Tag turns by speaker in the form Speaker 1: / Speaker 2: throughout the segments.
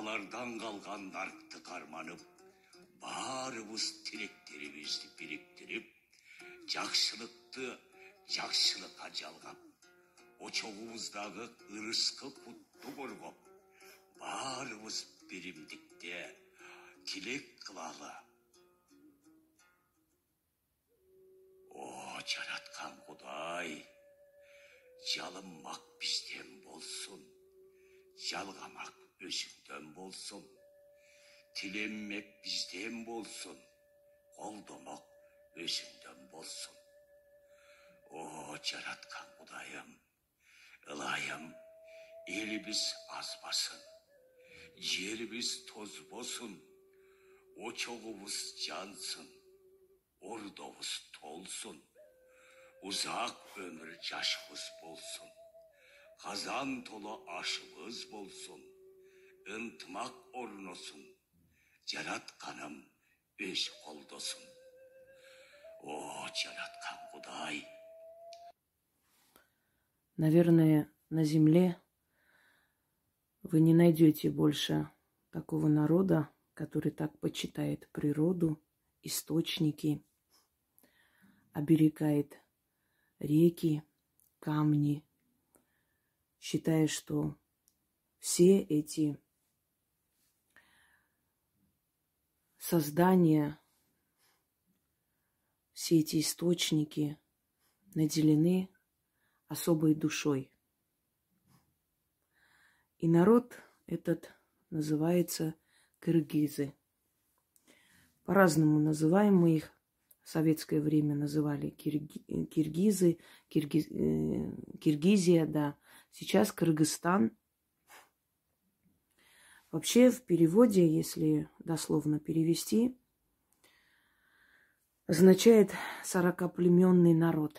Speaker 1: аталардан қалған нарықты қарманып, барыбыз тілектерімізді біріктіріп, жақсылыққа жалғап, очоғымыздағы ырысқы құтты қорғап, барыбыз бірімдікте тілек қылалы. О, жаратқан Құдай, жалынмақ бізден болсын, жалғамақ өзіңден болсын, тіленмек бізден болсын, қолдамақ өзіңден болсын. О, жаратқан Құдайым, ылайым, еліміз азбасын, жеріміз тозбосын, очоғымыз жансын, ордовыз толсын, ұзақ өмір жашымыз болсын, қазан толы ашымыз болсын, ынтымақ орнысын, жаратқаным өз қолдосын. О, жаратқан Құдай!
Speaker 2: Наверное, на земле вы не найдете больше такого народа, который так почитает природу, источники, оберегает реки, камни, считая, что все эти создания, все эти источники наделены особой душой. И народ этот называется кыргызы. По-разному называем мы их. В советское время называли киргизы, Киргизия, да. Сейчас Кыргызстан. Вообще в переводе, если дословно перевести, означает 40-племенный народ.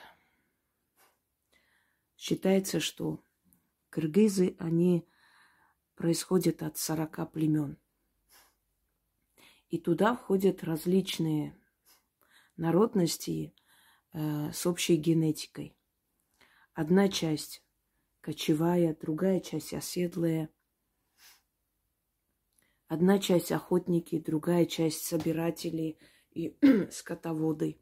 Speaker 2: Считается, что кыргызы, они происходят от 40 племен. И туда входят различные народности с общей генетикой. Одна часть кочевая, другая часть оседлая. Одна часть охотники, другая часть собиратели и скотоводы.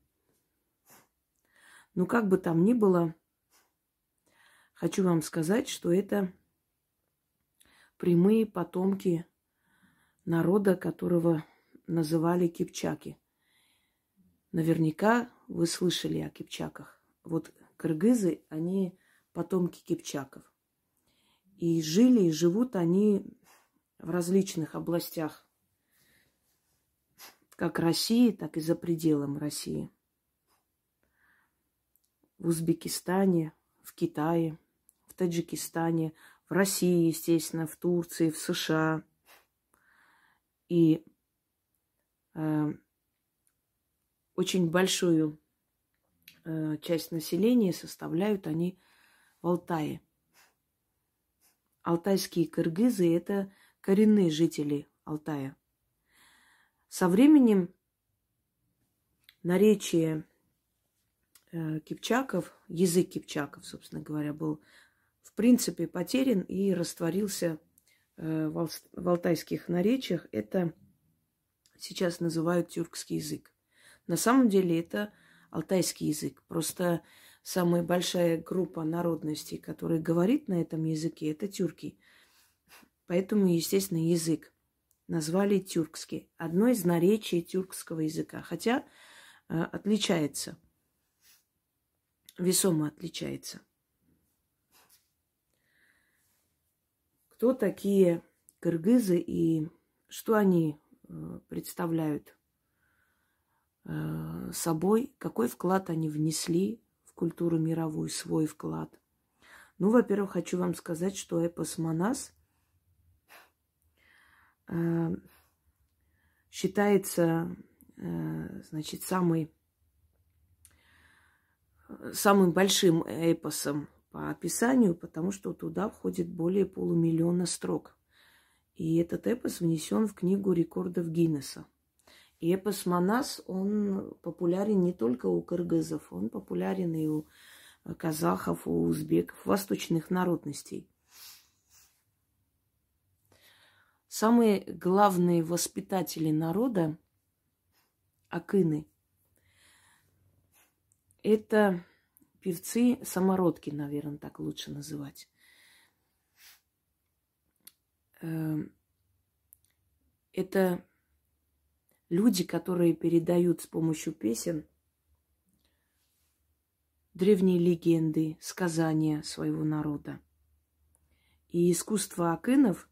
Speaker 2: Но как бы там ни было, хочу вам сказать, что это прямые потомки народа, которого называли кипчаки. Наверняка вы слышали о кипчаках. Вот кыргызы, они потомки кипчаков. И жили, и живут они в различных областях, как России, так и за пределом России. В Узбекистане, в Китае, в Таджикистане, в России, естественно, в Турции, в США. И очень большую часть населения составляют они в Алтае. Алтайские кыргызы – это коренные жители Алтая. Со временем наречие кипчаков, язык кипчаков, собственно говоря, был в принципе потерян и растворился в алтайских наречиях. Это сейчас называют тюркский язык. На самом деле это алтайский язык. Просто самая большая группа народностей, которая говорит на этом языке, это тюрки. Поэтому, естественно, язык назвали тюркский. Одно из наречий тюркского языка. Хотя отличается. Весомо отличается. Кто такие кыргызы и что они представляют собой, какой вклад они внесли в культуру мировую, свой вклад. Ну, во-первых, хочу вам сказать, что эпос Манас считается, значит, самым большим эпосом по описанию, потому что туда входит более 500 000 строк. И этот эпос внесен в книгу рекордов Гиннесса. И эпос Манас, он популярен не только у кыргызов, он популярен и у казахов, у узбеков, восточных народностей. самые главные воспитатели народа, акыны, это певцы-самородки, наверное, так лучше называть. Это люди, которые передают с помощью песен древние легенды, сказания своего народа. И искусство акынов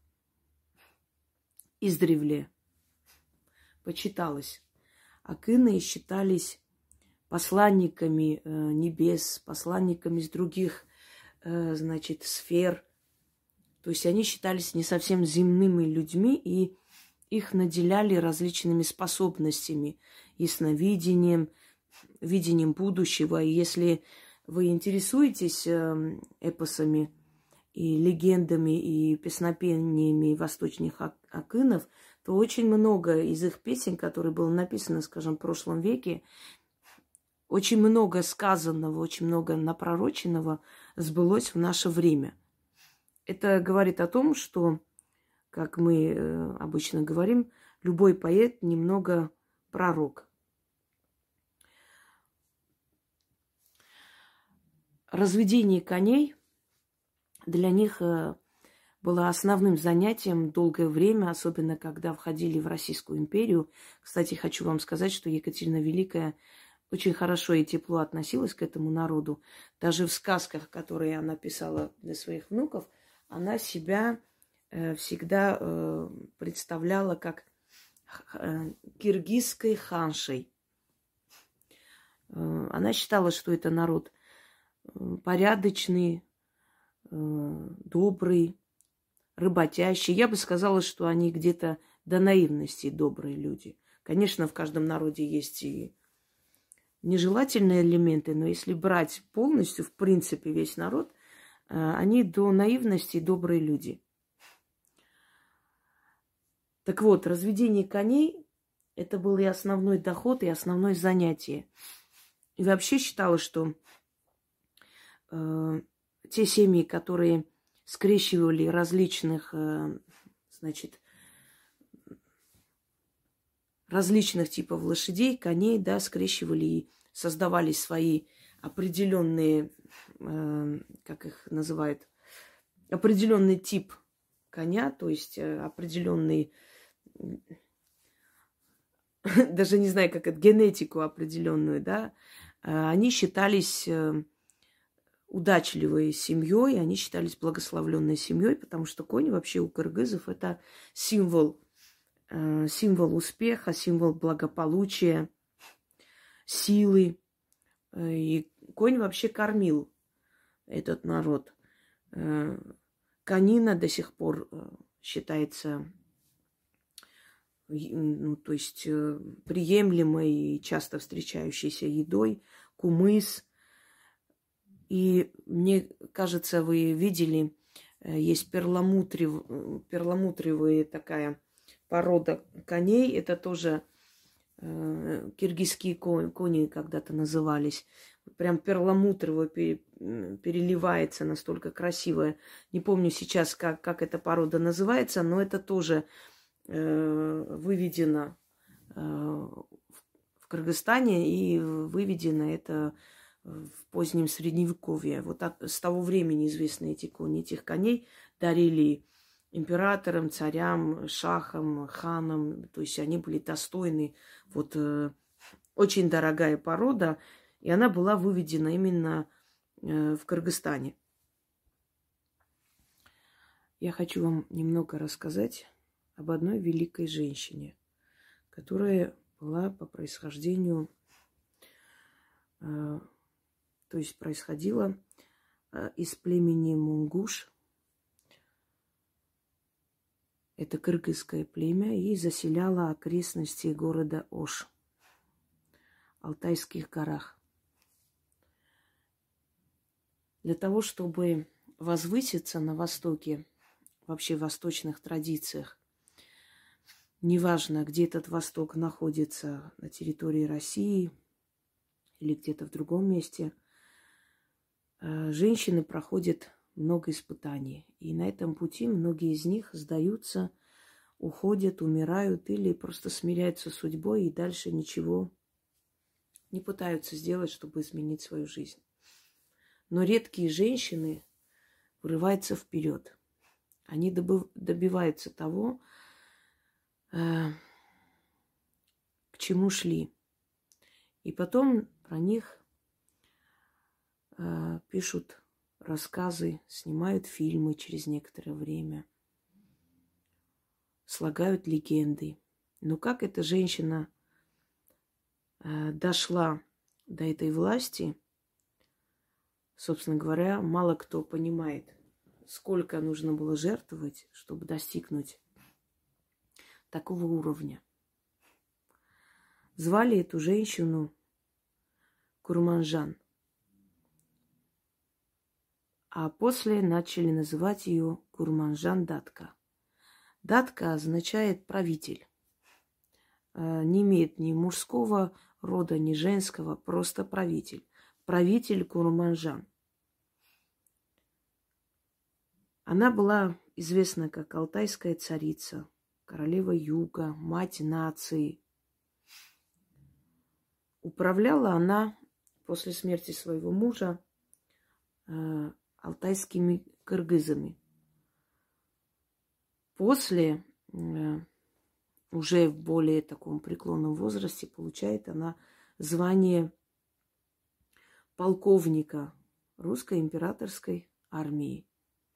Speaker 2: издревле почиталось. Акыны считались посланниками небес, посланниками из других, сфер. То есть они считались не совсем земными людьми, и их наделяли различными способностями, ясновидением, видением будущего. И если вы интересуетесь эпосами и легендами, и песнопениями восточных акынов, то очень много из их песен, которые было написано, скажем, в прошлом веке, очень много сказанного, очень много напророченного сбылось в наше время. Это говорит о том, что, как мы обычно говорим, любой поэт немного пророк. Разведение коней для них было основным занятием долгое время, особенно когда входили в Российскую империю. Кстати, хочу вам сказать, что Екатерина Великая очень хорошо и тепло относилась к этому народу. Даже в сказках, которые она писала для своих внуков, она себя всегда представляла как киргизской ханшей. Она считала, что это народ порядочный, добрый, работящий. Я бы сказала, что они где-то до наивности добрые люди. Конечно, в каждом народе есть и нежелательные элементы, но если брать полностью, в принципе, весь народ, они до наивности добрые люди. Так вот, разведение коней – это был и основной доход, и основное занятие. И вообще считалось, что те семьи, которые скрещивали различных типов лошадей, коней, да, скрещивали и создавали свои определенные, как их называют, определенный тип коня, то есть определенный, даже не знаю, как это, генетику определенную, да, они считались удачливой семьей, они считались благословленной семьей, потому что конь вообще у кыргызов это символ успеха, символ благополучия, силы. И конь вообще кормил этот народ. Конина до сих пор считается, приемлемой и часто встречающейся едой, кумыс. И мне кажется, вы видели, есть перламутровая такая порода коней. Это тоже киргизские кони когда-то назывались. Прям перламутрово переливается, настолько красивая. Не помню сейчас, как эта порода называется, но это тоже выведено в Кыргызстане, и выведено это в позднем Средневековье. Вот с того времени известны эти кони. Этих коней дарили императорам, царям, шахам, ханам. То есть они были достойны. Вот очень дорогая порода. И она была выведена именно в Кыргызстане. Я хочу вам немного рассказать об одной великой женщине, которая была по происхождению, то есть происходила из племени Мунгуш. Это кыргызское племя, и заселяла окрестности города Ош, Алтайских горах. Для того, чтобы возвыситься на Востоке, вообще в восточных традициях, неважно, где этот Восток находится, на территории России или где-то в другом месте, женщины проходят много испытаний. И на этом пути многие из них сдаются, уходят, умирают или просто смиряются с судьбой и дальше ничего не пытаются сделать, чтобы изменить свою жизнь. Но редкие женщины вырываются вперед. Они добиваются того, к чему шли. И потом про них пишут рассказы, снимают фильмы через некоторое время, слагают легенды. Но как эта женщина дошла до этой власти, собственно говоря, мало кто понимает, сколько нужно было жертвовать, чтобы достигнуть такого уровня. Звали эту женщину Курманжан. А после начали называть ее Курманжан Датка. Датка означает правитель. Не имеет ни мужского рода, ни женского, просто правитель. Правитель Курманжан. Она была известна как алтайская царица, королева юга, мать нации. Управляла она после смерти своего мужа алтайскими кыргызами. После, уже в более таком преклонном возрасте, получает она звание полковника русской императорской армии.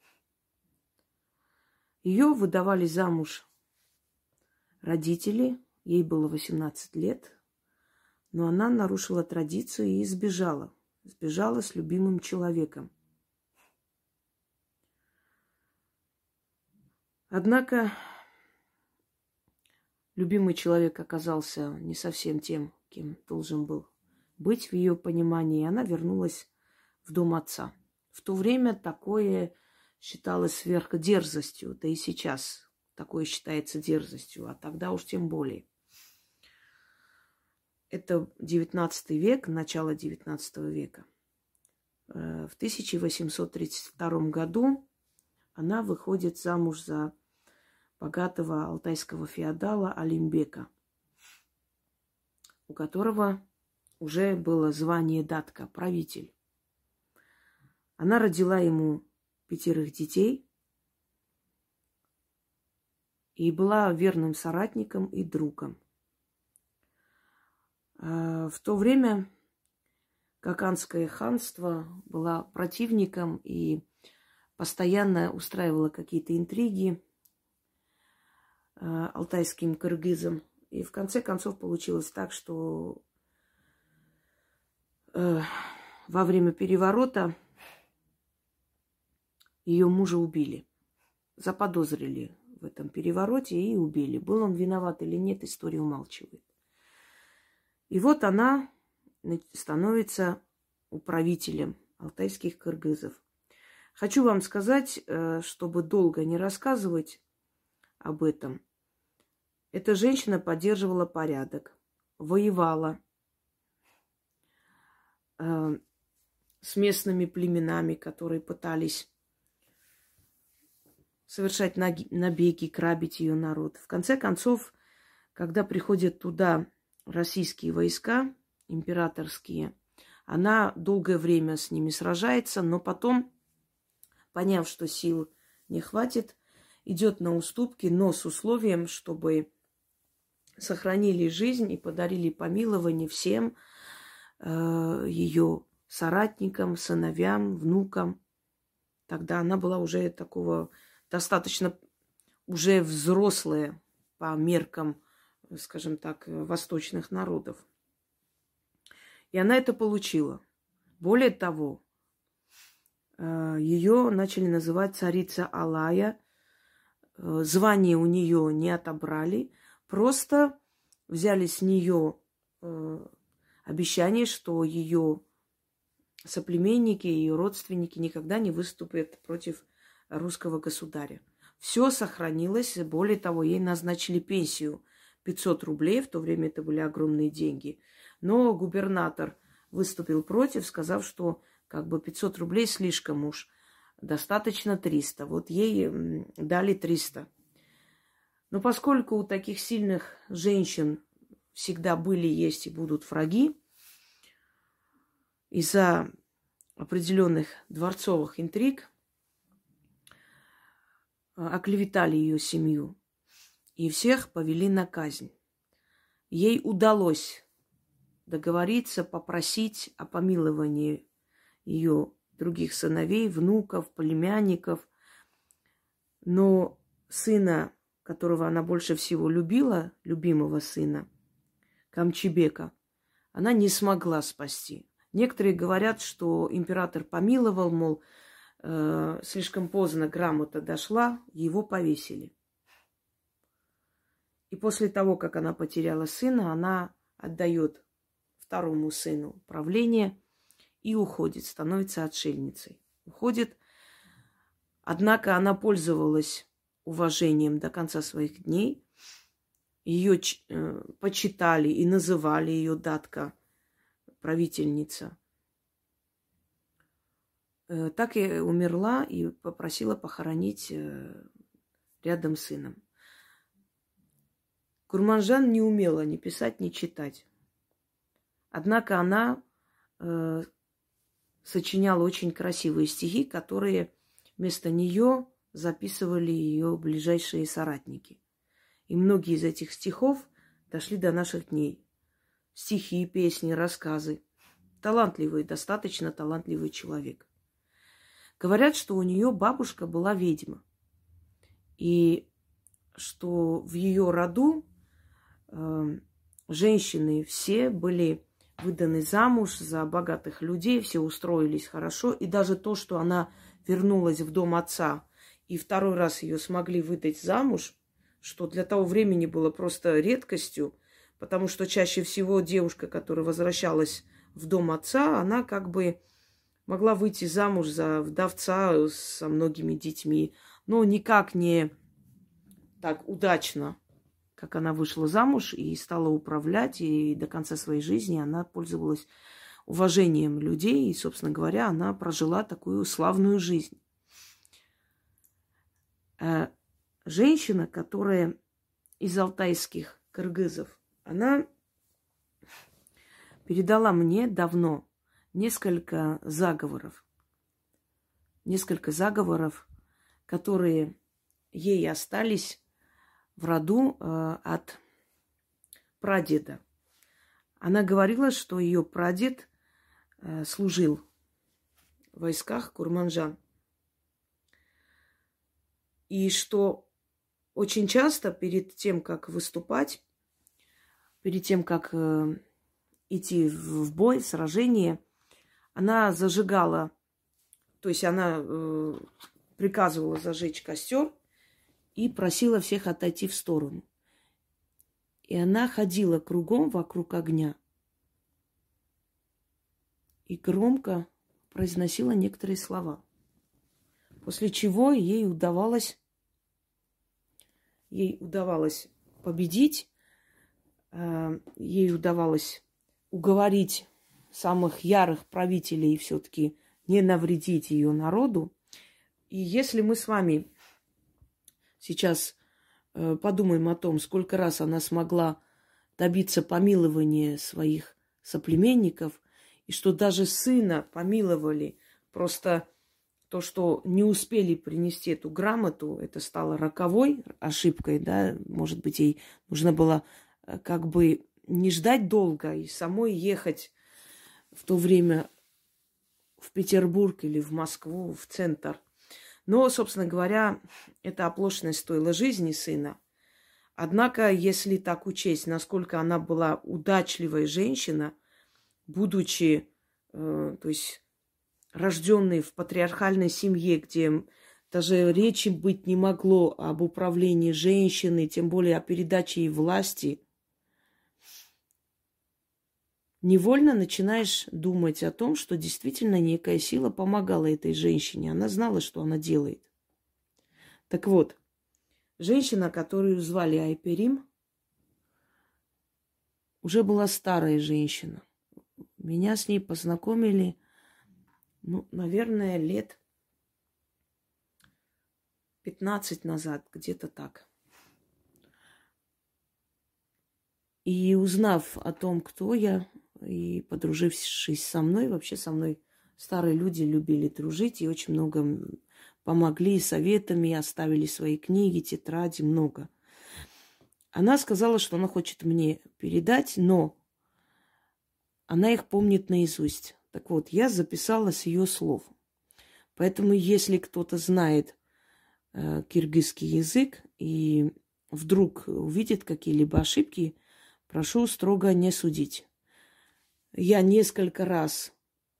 Speaker 2: Ее выдавали замуж родители, ей было 18 лет, но она нарушила традицию и сбежала. Сбежала с любимым человеком. Однако любимый человек оказался не совсем тем, кем должен был быть в ее понимании, и она вернулась в дом отца. В то время такое считалось сверхдерзостью, да и сейчас такое считается дерзостью, а тогда уж тем более. Это 19 век, начало 19 века. В 1832 году она выходит замуж за богатого алтайского феодала Алимбека, у которого уже было звание датка, правитель. Она родила ему 5 детей и была верным соратником и другом. В то время Каканское ханство было противником и постоянно устраивало какие-то интриги алтайским кыргызам. И в конце концов получилось так, что во время переворота ее мужа убили. Заподозрили в этом перевороте и убили. Был он виноват или нет, история умалчивает. И вот она становится управителем алтайских кыргызов. Хочу вам сказать, чтобы долго не рассказывать об этом. Эта женщина поддерживала порядок, воевала с местными племенами, которые пытались совершать набеги, грабить ее народ. В конце концов, когда приходят туда российские войска, императорские, она долгое время с ними сражается, но потом, поняв, что сил не хватит, идет на уступки, но с условием, чтобы сохранили жизнь и подарили помилование всем ее соратникам, сыновьям, внукам. Тогда она была уже такого достаточно уже взрослая по меркам, скажем так, восточных народов. И она это получила. Более того, ее начали называть царица Алая. Звание у нее не отобрали, просто взяли с нее обещание, что ее соплеменники, ее родственники никогда не выступят против русского государя. Все сохранилось. Более того, ей назначили пенсию 500 рублей. В то время это были огромные деньги. Но губернатор выступил против, сказав, что 500 рублей слишком уж. Достаточно 300. Вот ей дали 300. Но поскольку у таких сильных женщин всегда были, есть и будут враги, из-за определенных дворцовых интриг оклеветали ее семью и всех повели на казнь. Ей удалось договориться, попросить о помиловании ее других сыновей, внуков, племянников. Но сына, которого она больше всего любила, любимого сына, Камчибека, она не смогла спасти. Некоторые говорят, что император помиловал, мол, слишком поздно грамота дошла, его повесили. И после того, как она потеряла сына, она отдает второму сыну правление и уходит, становится отшельницей. Уходит, однако она пользовалась уважением до конца своих дней. Ее почитали и называли ее Датка, правительница. Так и умерла и попросила похоронить рядом с сыном. Курманжан не умела ни писать, ни читать. Однако она сочиняла очень красивые стихи, которые вместо нее записывали ее ближайшие соратники. И многие из этих стихов дошли до наших дней. Стихи, песни, рассказы. Талантливый, достаточно талантливый человек. Говорят, что у нее бабушка была ведьма. И что в ее роду женщины все были выданы замуж за богатых людей, все устроились хорошо. И даже то, что она вернулась в дом отца, и второй раз ее смогли выдать замуж, что для того времени было просто редкостью, потому что чаще всего девушка, которая возвращалась в дом отца, она как бы могла выйти замуж за вдовца со многими детьми, но никак не так удачно, как она вышла замуж и стала управлять, и до конца своей жизни она пользовалась уважением людей, и, собственно говоря, она прожила такую славную жизнь. Женщина, которая из алтайских кыргызов, она передала мне давно несколько заговоров, которые ей остались в роду от прадеда. Она говорила, что ее прадед служил в войсках Курманжан. И что очень часто перед тем, как выступать, перед тем, как идти в бой, в сражение, она зажигала, то есть она приказывала зажечь костер и просила всех отойти в сторону. И она ходила кругом вокруг огня и громко произносила некоторые слова. После чего ей удавалось победить, ей удавалось уговорить самых ярых правителей все-таки не навредить ее народу. И если мы с вами сейчас подумаем о том, сколько раз она смогла добиться помилования своих соплеменников, и что даже сына помиловали, просто то, что не успели принести эту грамоту, это стало роковой ошибкой, да, может быть, ей нужно было как бы не ждать долго и самой ехать в то время в Петербург или в Москву, в центр. Но, собственно говоря, эта оплошность стоила жизни сына. Однако, если так учесть, насколько она была удачливая женщина, будучи, то есть рожденной в патриархальной семье, где даже речи быть не могло об управлении женщиной, тем более о передаче ей власти, невольно начинаешь думать о том, что действительно некая сила помогала этой женщине. Она знала, что она делает. Так вот, женщина, которую звали Айперим, уже была старая женщина. Меня с ней познакомили, наверное, лет 15 назад, где-то так. И узнав о том, кто я, и подружившись со мной, вообще со мной старые люди любили дружить и очень много помогли советами, оставили свои книги, тетради, много. Она сказала, что она хочет мне передать, но она их помнит наизусть. Так вот, я записала с ее слов. Поэтому, если кто-то знает киргизский язык и вдруг увидит какие-либо ошибки, прошу строго не судить. Я несколько раз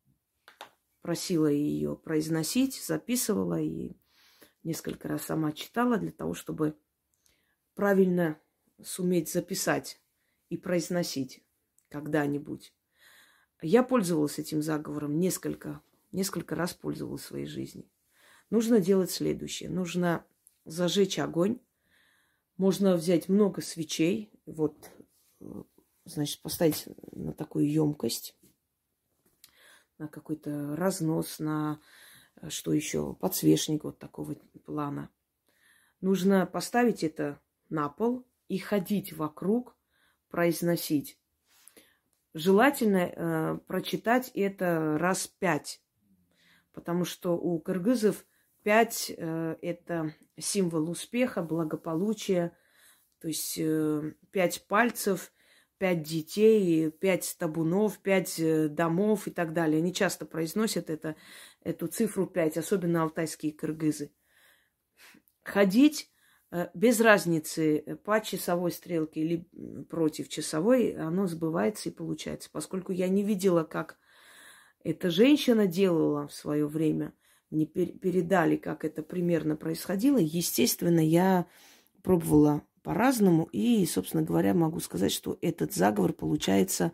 Speaker 2: просила ее произносить, записывала и несколько раз сама читала для того, чтобы правильно суметь записать и произносить когда-нибудь. Я пользовалась этим заговором несколько раз пользовалась в своей жизни. Нужно делать следующее. Нужно зажечь огонь. Можно взять много свечей. Вот, значит, поставить на такую емкость, на какой-то разнос, на что еще, подсвечник вот такого плана. Нужно поставить это на пол и ходить вокруг, произносить. Желательно прочитать это раз 5, потому что у кыргызов 5 это символ успеха, благополучия, то есть 5 пальцев, 5 детей, 5 табунов, 5 домов и так далее. Они часто произносят эту цифру 5, особенно алтайские кыргызы. Ходить без разницы, по часовой стрелке или против часовой, оно сбывается и получается. Поскольку я не видела, как эта женщина делала в свое время, мне передали, как это примерно происходило. Естественно, я пробовала по-разному. И, собственно говоря, могу сказать, что этот заговор получается,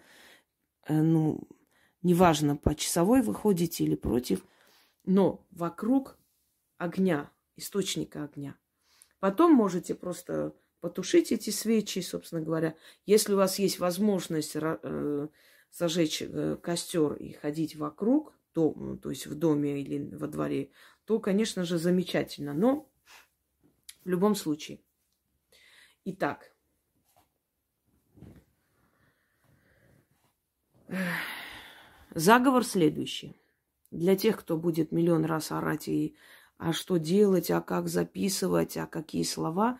Speaker 2: неважно, по часовой вы ходите или против, но вокруг огня, источника огня. Потом можете просто потушить эти свечи, собственно говоря. Если у вас есть возможность зажечь костер и ходить вокруг, то есть в доме или во дворе, то, конечно же, замечательно. Но в любом случае. Итак. Заговор следующий. Для тех, кто будет миллион раз орать а что делать, а как записывать, а какие слова,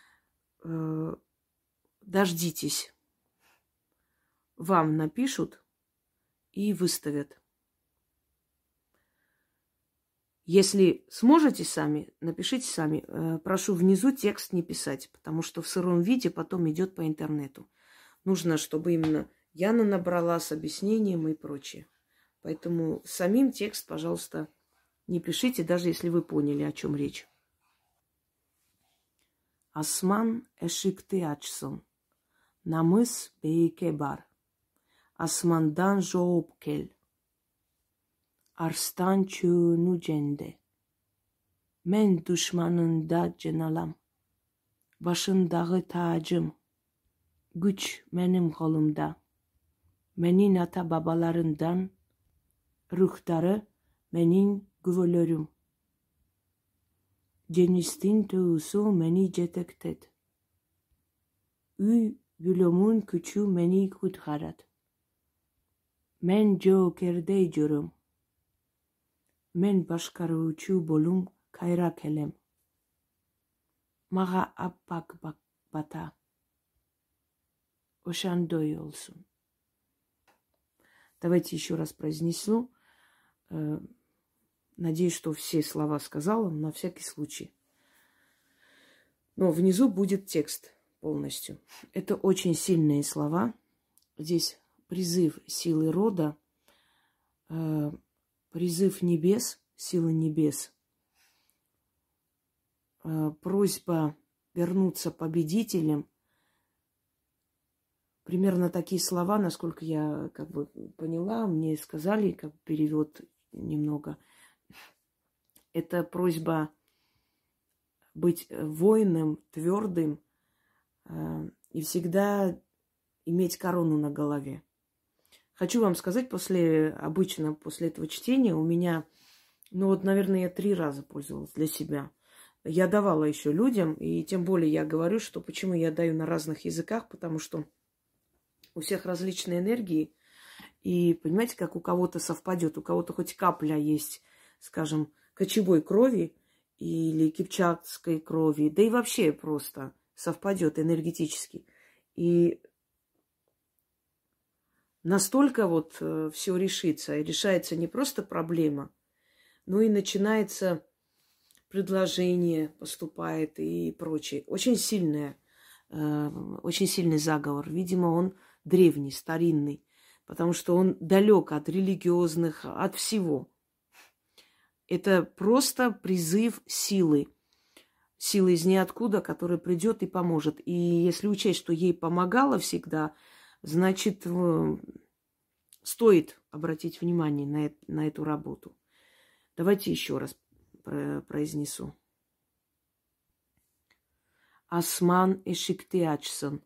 Speaker 2: дождитесь. Вам напишут и выставят. Если сможете сами, напишите сами. Прошу внизу текст не писать, потому что в сыром виде потом идет по интернету. Нужно, чтобы именно Яна набрала с объяснением и прочее. Поэтому самим текст, пожалуйста, не пишите, даже если вы поняли, о чем речь. Асман эшикты ачсон. Намыс бейкебар. Асмандан жооп кел. Арстан чөнü cende. Мен düşmanında cenalam. Başındağı tacım. Güç benim kolumda. Menin ata babalarından ruhları menin güvölörüm. Cenistin tığısı beni cetektet. Üy gülümün küçü beni kutharat. Men jokerde jürüm. Men başkaruçu bolum kayra kelem. Mağa appak bata. Ошандой olsun. Давайте еще раз произнесу. Надеюсь, что все слова сказала, на всякий случай. Но внизу будет текст полностью. Это очень сильные слова. Здесь призыв силы рода, призыв небес, силы небес, просьба вернуться победителем. Примерно такие слова, насколько я поняла, мне сказали, как перевод немного. Это просьба быть воином, твердым и всегда иметь корону на голове. Хочу вам сказать, обычно после этого чтения у меня, наверное, я 3 раза пользовалась для себя. Я давала еще людям, и тем более я говорю, что почему я даю на разных языках, потому что У всех различные энергии. И понимаете, как у кого-то совпадет, у кого-то хоть капля есть, скажем, кочевой крови или кипчакской крови, да и вообще просто совпадет энергетически. И настолько вот все решится. И решается не просто проблема, но и начинается предложение, поступает и прочее. Очень сильный заговор. Видимо, он древний, старинный. Потому что он далек от религиозных, от всего. Это просто призыв силы. Силы из ниоткуда, которая придет и поможет. И если учесть, что ей помогала всегда, значит, стоит обратить внимание на эту работу. Давайте еще раз произнесу. Асман эшикте açsın.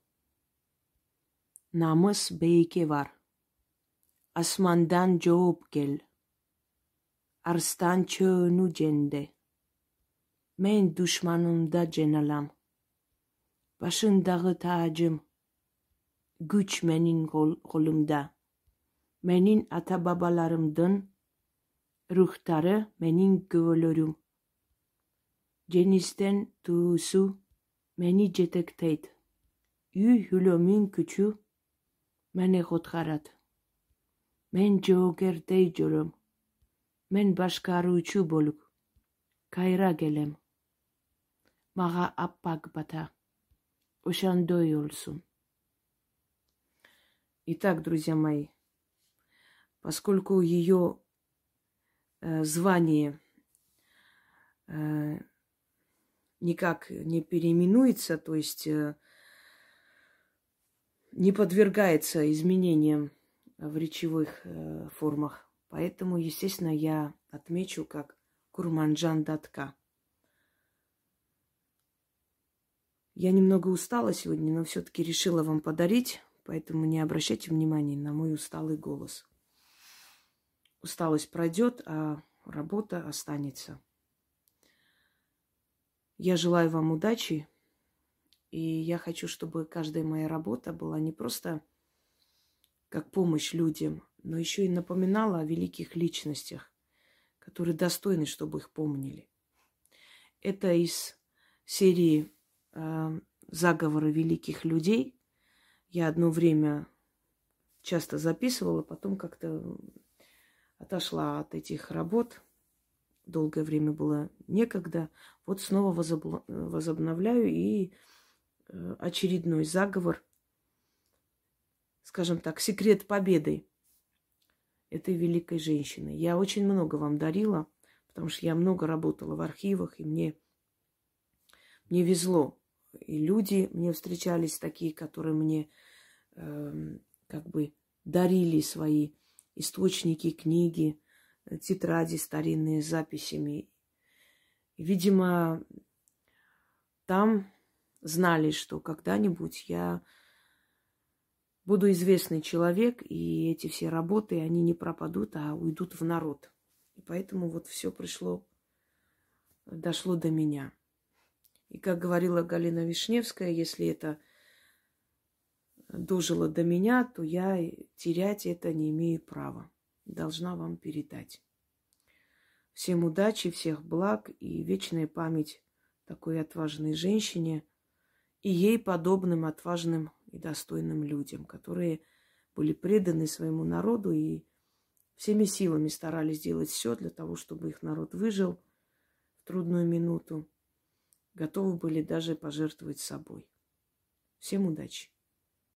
Speaker 2: Намыс бейке var. Asmandan cevap gel. Arstan çöğünü cende. Men düşmanımda cenalam. Başındağı tacım. Güç menin kolumda. Menin atababalarımdan. Ruhtarı menin gövülürüm. Cenisten tuğusu meni cetekteydi. Ü hülömün küçü mene hotkarat. Men jogerday жүрөм. Мен башкаруучу болуп кайра келем. Мага аппак бата. Ошондой болсун. Итак, друзья мои, поскольку ее звание никак не переименуется, то есть не подвергается изменениям в речевых формах. Поэтому, естественно, я отмечу как Курманджан Датка. Я немного устала сегодня, но все-таки решила вам подарить, поэтому не обращайте внимания на мой усталый голос. Усталость пройдет, а работа останется. Я желаю вам удачи, и я хочу, чтобы каждая моя работа была не просто как помощь людям, но еще и напоминала о великих личностях, которые достойны, чтобы их помнили. Это из серии «Заговоры великих людей». Я одно время часто записывала, потом как-то отошла от этих работ. Долгое время было некогда. Вот снова возобновляю и очередной заговор, скажем так, секрет победы этой великой женщины. Я очень много вам дарила, потому что я много работала в архивах, и мне везло. И люди мне встречались такие, которые мне как бы дарили свои источники, книги, тетради старинные с записями. И, видимо, там знали, что когда-нибудь я буду известный человек, и эти все работы, они не пропадут, а уйдут в народ. И поэтому вот все дошло до меня. И как говорила Галина Вишневская, если это дожило до меня, то я терять это не имею права. Должна вам передать. Всем удачи, всех благ и вечная память такой отважной женщине и ей подобным отважным и достойным людям, которые были преданы своему народу и всеми силами старались сделать все для того, чтобы их народ выжил в трудную минуту. Готовы были даже пожертвовать собой. Всем удачи!